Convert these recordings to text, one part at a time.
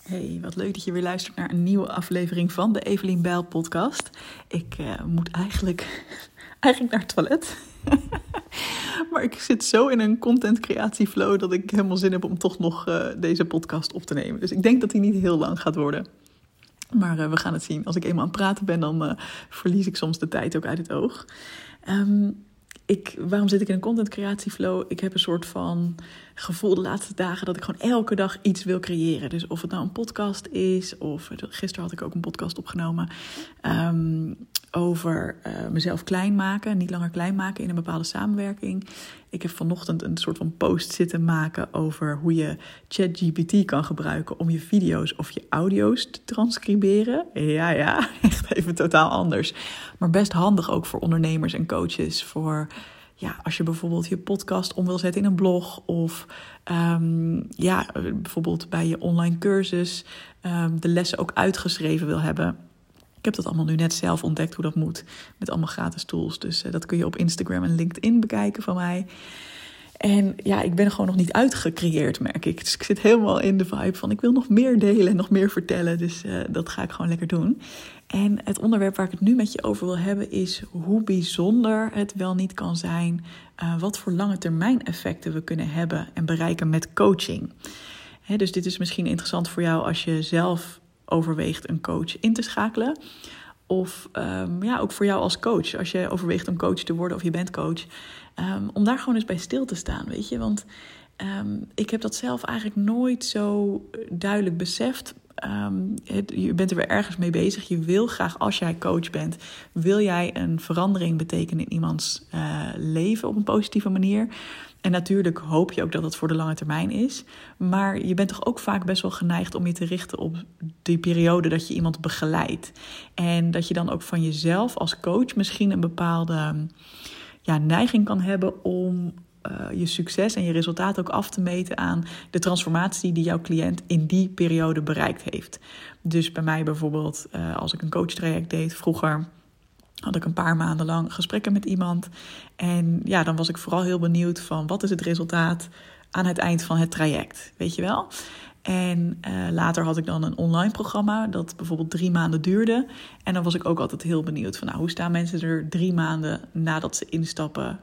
Hey, wat leuk dat je weer luistert naar een nieuwe aflevering van de Evelien Bijl podcast. Ik moet eigenlijk naar het toilet. Maar ik zit zo in een content creatie flow dat ik helemaal zin heb om toch nog deze podcast op te nemen. Dus ik denk dat die niet heel lang gaat worden. Maar we gaan het zien. Als ik eenmaal aan het praten ben, dan verlies ik soms de tijd ook uit het oog. Waarom zit ik in een content creatie flow? Ik heb een soort van gevoel de laatste dagen dat ik gewoon elke dag iets wil creëren. Dus of het nou een podcast is, of gisteren had ik ook een podcast opgenomen over mezelf klein maken, niet langer klein maken in een bepaalde samenwerking. Ik heb vanochtend een soort van post zitten maken over hoe je ChatGPT kan gebruiken om je video's of je audio's te transcriberen. Ja, echt even totaal anders. Maar best handig ook voor ondernemers en coaches. Voor als je bijvoorbeeld je podcast om wil zetten in een blog. Of bijvoorbeeld bij je online cursus de lessen ook uitgeschreven wil hebben. Ik heb dat allemaal nu net zelf ontdekt hoe dat moet. Met allemaal gratis tools. Dus dat kun je op Instagram en LinkedIn bekijken van mij. En ik ben er gewoon nog niet uitgecreëerd, merk ik. Dus ik zit helemaal in de vibe van ik wil nog meer delen en nog meer vertellen. Dus dat ga ik gewoon lekker doen. En het onderwerp waar ik het nu met je over wil hebben is hoe bijzonder het wel niet kan zijn. Wat voor lange termijn effecten we kunnen hebben en bereiken met coaching. Dus dit is misschien interessant voor jou als je zelf overweegt een coach in te schakelen. Of ook voor jou als coach. Als je overweegt om coach te worden of je bent coach. Om daar gewoon eens bij stil te staan, weet je. Want ik heb dat zelf eigenlijk nooit zo duidelijk beseft. Je bent er weer ergens mee bezig. Je wil graag, als jij coach bent, wil jij een verandering betekenen in iemands leven op een positieve manier. En natuurlijk hoop je ook dat het voor de lange termijn is. Maar je bent toch ook vaak best wel geneigd om je te richten op die periode dat je iemand begeleidt. En dat je dan ook van jezelf als coach misschien een bepaalde neiging kan hebben om je succes en je resultaat ook af te meten aan de transformatie die jouw cliënt in die periode bereikt heeft. Dus bij mij bijvoorbeeld, als ik een coachtraject deed vroeger, had ik een paar maanden lang gesprekken met iemand. En dan was ik vooral heel benieuwd van wat is het resultaat aan het eind van het traject, weet je wel? En later had ik dan een online programma dat bijvoorbeeld 3 maanden duurde. En dan was ik ook altijd heel benieuwd van hoe staan mensen er 3 maanden nadat ze instappen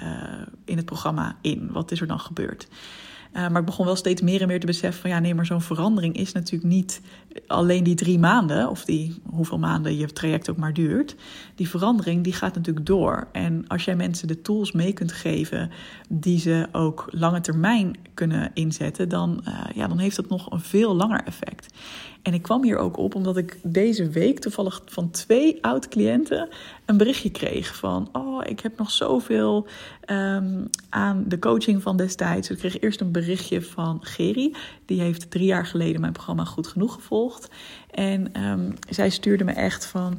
in het programma in? Wat is er dan gebeurd? Maar ik begon wel steeds meer en meer te beseffen van maar zo'n verandering is natuurlijk niet alleen die 3 maanden of die hoeveel maanden je traject ook maar duurt. Die verandering die gaat natuurlijk door. En als jij mensen de tools mee kunt geven die ze ook lange termijn kunnen inzetten, dan heeft dat nog een veel langer effect. En ik kwam hier ook op omdat ik deze week toevallig van 2 oud-cliënten een berichtje kreeg van ik heb nog zoveel aan de coaching van destijds. Ik kreeg eerst een berichtje van Geri. Die heeft 3 jaar geleden mijn programma Goed Genoeg gevolgd. En zij stuurde me echt van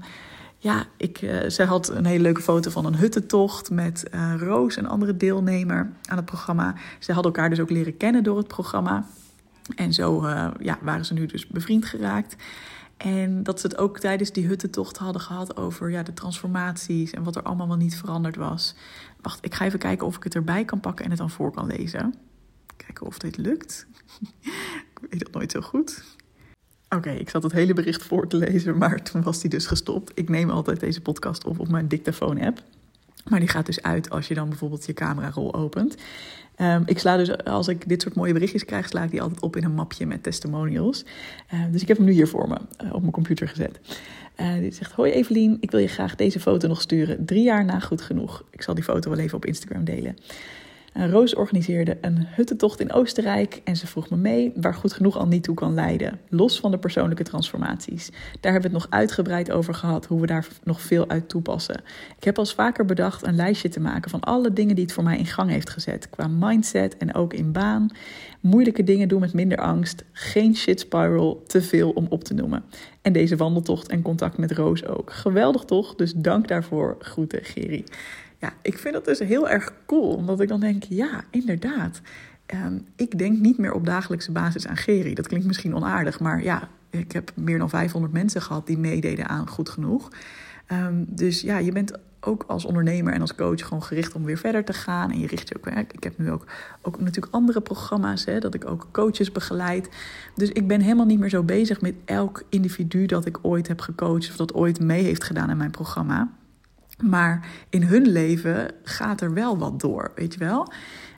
zij had een hele leuke foto van een huttentocht met Roos, een andere deelnemer aan het programma. Ze hadden elkaar dus ook leren kennen door het programma. En zo waren ze nu dus bevriend geraakt. En dat ze het ook tijdens die huttentocht hadden gehad over de transformaties en wat er allemaal wel niet veranderd was. Wacht, ik ga even kijken of ik het erbij kan pakken en het dan voor kan lezen. Kijken of dit lukt. Ik weet dat nooit zo goed. Oké, ik zat het hele bericht voor te lezen, maar toen was die dus gestopt. Ik neem altijd deze podcast op mijn dictafoon-app. Maar die gaat dus uit als je dan bijvoorbeeld je camerarol opent. Ik sla dus, als ik dit soort mooie berichtjes krijg, sla ik die altijd op in een mapje met testimonials. Dus ik heb hem nu hier voor me op mijn computer gezet. Dit zegt: hoi Evelien, ik wil je graag deze foto nog sturen. 3 jaar na Goed Genoeg. Ik zal die foto wel even op Instagram delen. Roos organiseerde een huttentocht in Oostenrijk en ze vroeg me mee waar Goed Genoeg al niet toe kan leiden, los van de persoonlijke transformaties. Daar hebben we het nog uitgebreid over gehad, hoe we daar nog veel uit toepassen. Ik heb al eens vaker bedacht een lijstje te maken van alle dingen die het voor mij in gang heeft gezet, qua mindset en ook in baan. Moeilijke dingen doen met minder angst, geen shit spiral, te veel om op te noemen. En deze wandeltocht en contact met Roos ook. Geweldig toch? Dus dank daarvoor. Groeten, Geri. Ja, ik vind dat dus heel erg cool, omdat ik dan denk, inderdaad. Ik denk niet meer op dagelijkse basis aan Geri. Dat klinkt misschien onaardig, maar ik heb meer dan 500 mensen gehad die meededen aan Goed Genoeg. Dus je bent ook als ondernemer en als coach gewoon gericht om weer verder te gaan. En je richt je ook... Ik heb nu ook natuurlijk andere programma's, dat ik ook coaches begeleid. Dus ik ben helemaal niet meer zo bezig met elk individu dat ik ooit heb gecoacht of dat ooit mee heeft gedaan aan mijn programma. Maar in hun leven gaat er wel wat door, weet je wel.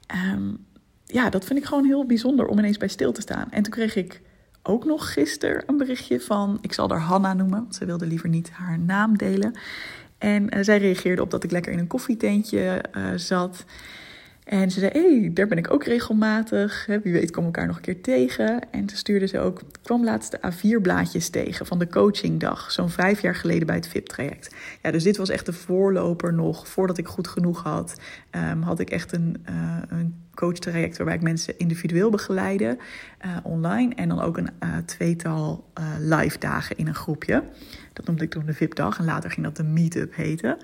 Dat vind ik gewoon heel bijzonder om ineens bij stil te staan. En toen kreeg ik ook nog gisteren een berichtje van... Ik zal haar Hanna noemen, want ze wilde liever niet haar naam delen. En zij reageerde op dat ik lekker in een koffietentje zat. En ze zei, hey, daar ben ik ook regelmatig. Wie weet kom ik elkaar nog een keer tegen. En toen stuurde ze ook... Ik kwam laatst de A4-blaadjes tegen van de coachingdag. Zo'n 5 jaar geleden bij het VIP-traject. Ja, dus dit was echt de voorloper nog. Voordat ik Goed Genoeg had... had ik echt een coachtraject waarbij ik mensen individueel begeleide. Online. En dan ook een 2-tal live dagen in een groepje. Dat noemde ik toen de VIP-dag. En later ging dat de meet-up heten.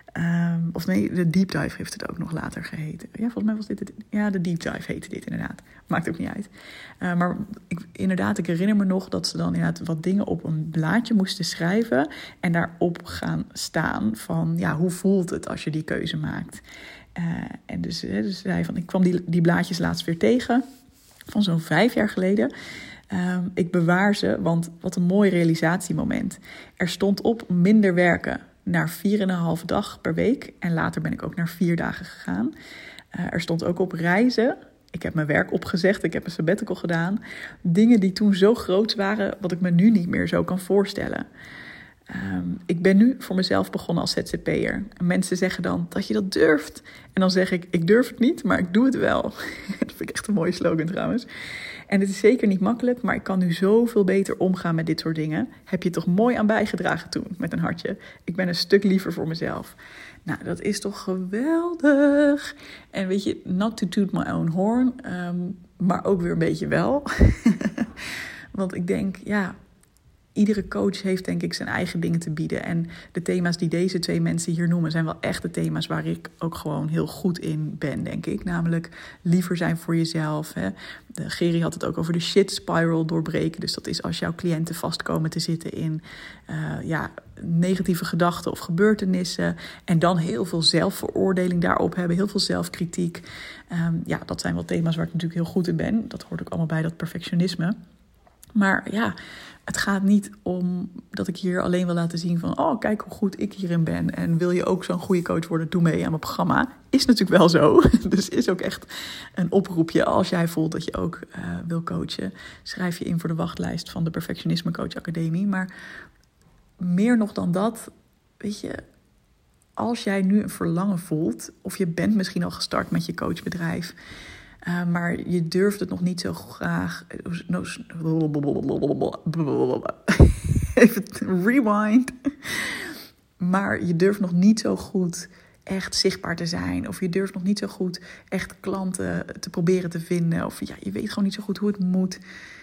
De Deep Dive heeft het ook nog later geheten. Ja, volgens mij was dit het. Ja, de Deep Dive heette dit inderdaad. Maakt ook niet uit. Maar ik herinner me nog dat ze dan inderdaad wat dingen op een blaadje moesten schrijven. En daarop gaan staan van, hoe voelt het als je die keuze maakt. En dus zei van, ik kwam die blaadjes laatst weer tegen. Van zo'n 5 jaar geleden. Ik bewaar ze, want wat een mooi realisatiemoment. Er stond op minder werken. Naar 4,5 dag per week. En later ben ik ook naar 4 dagen gegaan. Er stond ook op reizen. Ik heb mijn werk opgezegd. Ik heb een sabbatical gedaan. Dingen die toen zo groot waren... wat ik me nu niet meer zo kan voorstellen. Ik ben nu voor mezelf begonnen als ZZP'er. En mensen zeggen dan dat je dat durft. En dan zeg ik durf het niet, maar ik doe het wel. Dat vind ik echt een mooie slogan trouwens. En het is zeker niet makkelijk, maar ik kan nu zoveel beter omgaan met dit soort dingen. Heb je toch mooi aan bijgedragen toen, met een hartje. Ik ben een stuk liever voor mezelf. Nou, dat is toch geweldig. En weet je, not to toot my own horn, maar ook weer een beetje wel. Want ik denk, iedere coach heeft denk ik zijn eigen dingen te bieden. En de thema's die deze 2 mensen hier noemen... zijn wel echt de thema's waar ik ook gewoon heel goed in ben, denk ik. Namelijk liever zijn voor jezelf. Geri had het ook over de shit spiral doorbreken. Dus dat is als jouw cliënten vastkomen te zitten in negatieve gedachten of gebeurtenissen. En dan heel veel zelfveroordeling daarop hebben. Heel veel zelfkritiek. Dat zijn wel thema's waar ik natuurlijk heel goed in ben. Dat hoort ook allemaal bij dat perfectionisme. Maar het gaat niet om dat ik hier alleen wil laten zien van... kijk hoe goed ik hierin ben. En wil je ook zo'n goede coach worden, doe mee aan mijn programma. Is natuurlijk wel zo. Dus is ook echt een oproepje als jij voelt dat je ook wil coachen. Schrijf je in voor de wachtlijst van de Perfectionisme Coach Academie. Maar meer nog dan dat, weet je... Als jij nu een verlangen voelt, of je bent misschien al gestart met je coachbedrijf... maar je durft het nog niet zo graag... Even rewind. Maar je durft nog niet zo goed echt zichtbaar te zijn. Of je durft nog niet zo goed echt klanten te proberen te vinden. Of je weet gewoon niet zo goed hoe het moet.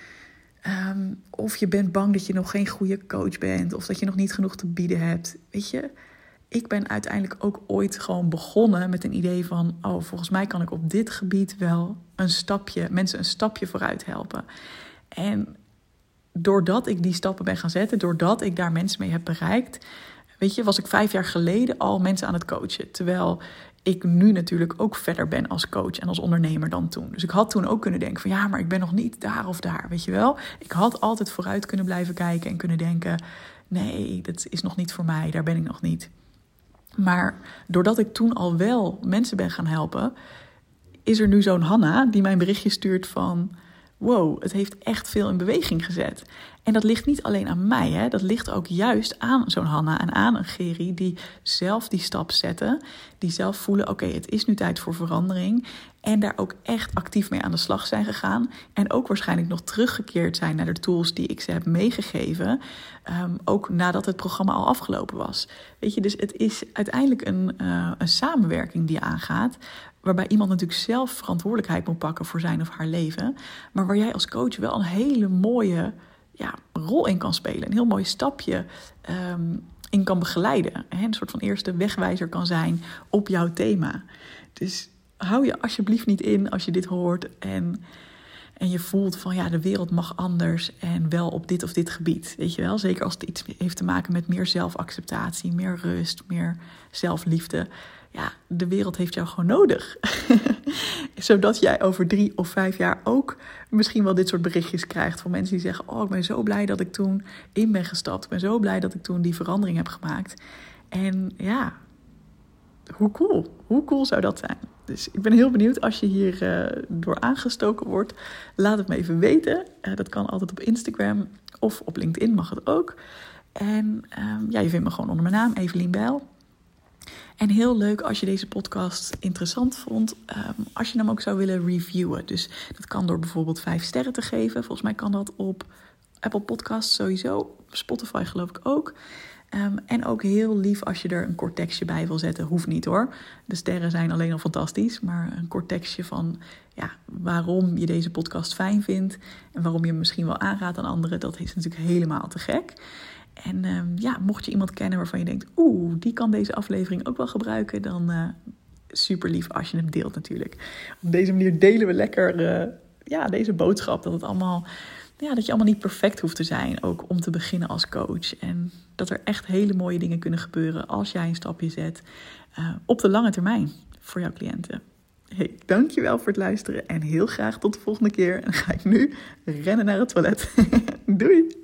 Of je bent bang dat je nog geen goede coach bent. Of dat je nog niet genoeg te bieden hebt. Weet je... Ik ben uiteindelijk ook ooit gewoon begonnen met een idee van... volgens mij kan ik op dit gebied wel mensen een stapje vooruit helpen. En doordat ik die stappen ben gaan zetten... doordat ik daar mensen mee heb bereikt... weet je, was ik 5 jaar geleden al mensen aan het coachen. Terwijl ik nu natuurlijk ook verder ben als coach en als ondernemer dan toen. Dus ik had toen ook kunnen denken van... maar ik ben nog niet daar of daar, weet je wel. Ik had altijd vooruit kunnen blijven kijken en kunnen denken... nee, dat is nog niet voor mij, daar ben ik nog niet... Maar doordat ik toen al wel mensen ben gaan helpen... is er nu zo'n Hanna die mij een berichtje stuurt van... wow, het heeft echt veel in beweging gezet. En dat ligt niet alleen aan mij. Hè? Dat ligt ook juist aan zo'n Hanna en aan een Geri... die zelf die stap zetten. Die zelf voelen, oké, het is nu tijd voor verandering. En daar ook echt actief mee aan de slag zijn gegaan. En ook waarschijnlijk nog teruggekeerd zijn naar de tools die ik ze heb meegegeven. Ook nadat het programma al afgelopen was. Weet je, dus het is uiteindelijk een samenwerking die aangaat... waarbij iemand natuurlijk zelf verantwoordelijkheid moet pakken voor zijn of haar leven. Maar waar jij als coach wel een hele mooie rol in kan spelen. Een heel mooi stapje in kan begeleiden. Een soort van eerste wegwijzer kan zijn op jouw thema. Dus hou je alsjeblieft niet in als je dit hoort. En En je voelt van ja, de wereld mag anders en wel op dit of dit gebied. Weet je wel, zeker als het iets heeft te maken met meer zelfacceptatie, meer rust, meer zelfliefde. Ja, de wereld heeft jou gewoon nodig. Zodat jij over 3 of 5 jaar ook misschien wel dit soort berichtjes krijgt van mensen die zeggen: oh, ik ben zo blij dat ik toen in ben gestapt. Ik ben zo blij dat ik toen die verandering heb gemaakt. En ja, hoe cool. Hoe cool zou dat zijn? Dus ik ben heel benieuwd als je hier door aangestoken wordt. Laat het me even weten. Dat kan altijd op Instagram of op LinkedIn mag het ook. En je vindt me gewoon onder mijn naam, Evelien Bijl. En heel leuk als je deze podcast interessant vond, als je hem ook zou willen reviewen. Dus dat kan door bijvoorbeeld 5 sterren te geven. Volgens mij kan dat op Apple Podcasts sowieso, Spotify geloof ik ook. En ook heel lief als je er een kort tekstje bij wil zetten. Hoeft niet hoor. De sterren zijn alleen al fantastisch. Maar een kort tekstje van waarom je deze podcast fijn vindt. En waarom je hem misschien wel aanraadt aan anderen. Dat is natuurlijk helemaal te gek. En mocht je iemand kennen waarvan je denkt: die kan deze aflevering ook wel gebruiken. Dan super lief als je hem deelt natuurlijk. Op deze manier delen we lekker deze boodschap. Dat het allemaal... dat je allemaal niet perfect hoeft te zijn, ook om te beginnen als coach. En dat er echt hele mooie dingen kunnen gebeuren als jij een stapje zet op de lange termijn voor jouw cliënten. Hey, dankjewel voor het luisteren en heel graag tot de volgende keer. En dan ga ik nu rennen naar het toilet. Doei!